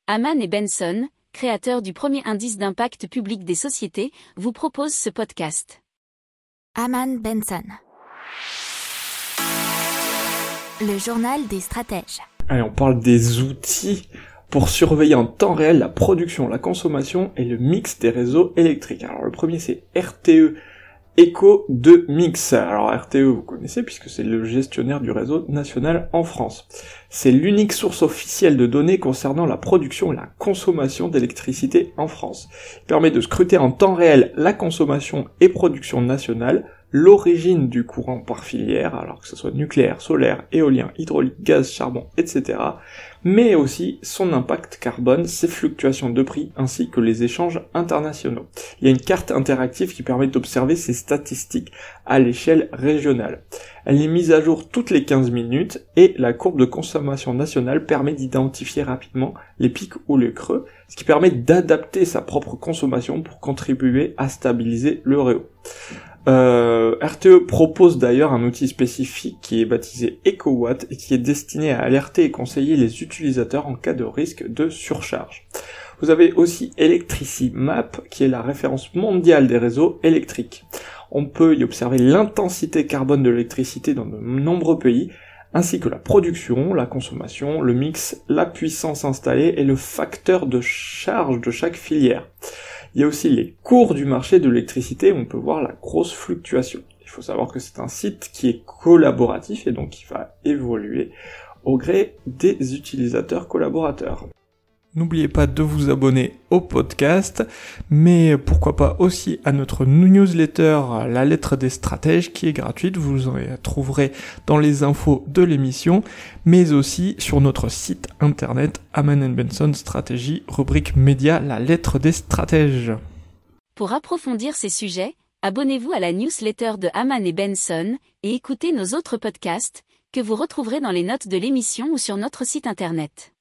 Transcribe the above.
Hamann et Benson, créateurs du premier indice d'impact public des sociétés, vous proposent ce podcast. Hamann Benson. Le journal des stratèges. Allez, on parle des outils pour surveiller en temps réel la production, la consommation et le mix des réseaux électriques. Alors le premier c'est RTE Eco 2 Mix. Alors RTE vous connaissez puisque c'est le gestionnaire du réseau national en France. C'est l'unique source officielle de données concernant la production et la consommation d'électricité en France. Il permet de scruter en temps réel la consommation et production nationale, l'origine du courant par filière, alors que ce soit nucléaire, solaire, éolien, hydraulique, gaz, charbon, etc., mais aussi son impact carbone, ses fluctuations de prix, ainsi que les échanges internationaux. Il y a une carte interactive qui permet d'observer ces statistiques à l'échelle régionale. Elle est mise à jour toutes les 15 minutes et la courbe de consommation nationale permet d'identifier rapidement les pics ou les creux, ce qui permet d'adapter sa propre consommation pour contribuer à stabiliser le réseau. RTE propose d'ailleurs un outil spécifique qui est baptisé EcoWatt et qui est destiné à alerter et conseiller les utilisateurs en cas de risque de surcharge. Vous avez aussi ElectriciMap qui est la référence mondiale des réseaux électriques. On peut y observer l'intensité carbone de l'électricité dans de nombreux pays, ainsi que la production, la consommation, le mix, la puissance installée et le facteur de charge de chaque filière. Il y a aussi les cours du marché de l'électricité où on peut voir la grosse fluctuation. Il faut savoir que c'est un site qui est collaboratif et donc qui va évoluer au gré des utilisateurs collaborateurs. N'oubliez pas de vous abonner au podcast, mais pourquoi pas aussi à notre newsletter La Lettre des Stratèges qui est gratuite, vous en trouverez dans les infos de l'émission, mais aussi sur notre site internet Hamann & Benson Stratégie, rubrique média La Lettre des Stratèges. Pour approfondir ces sujets, abonnez-vous à la newsletter de Hamann & Benson et écoutez nos autres podcasts que vous retrouverez dans les notes de l'émission ou sur notre site internet.